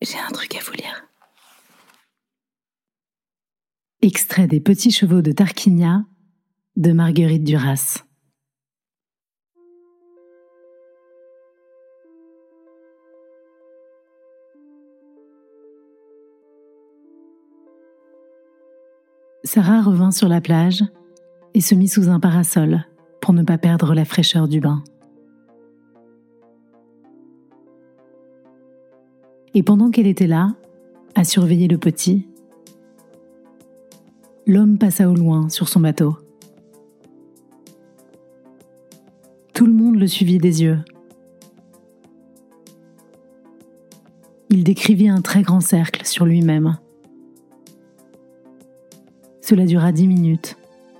J'ai un truc à vous lire. Extrait des Petits chevaux de Tarquinia de Marguerite Duras. Sarah revint sur la plage et se mit sous un parasol pour ne pas perdre la fraîcheur du bain. Et pendant qu'elle était là, à surveiller le petit, l'homme passa au loin sur son bateau. Tout le monde le suivit des yeux. Il décrivit un très grand cercle sur lui-même. Cela dura 10 minutes.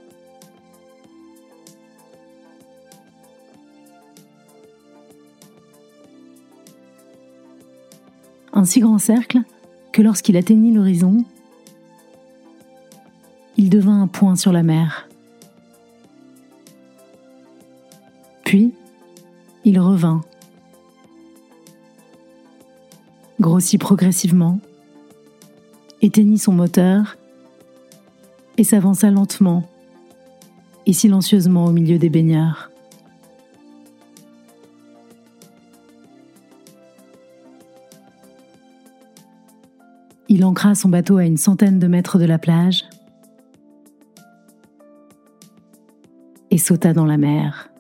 Un si grand cercle que lorsqu'il atteignit l'horizon, il devint un point sur la mer. Puis, il revint, grossit progressivement, éteignit son moteur et s'avança lentement et silencieusement au milieu des baigneurs. Il ancra son bateau à une centaine de mètres de la plage et sauta dans la mer.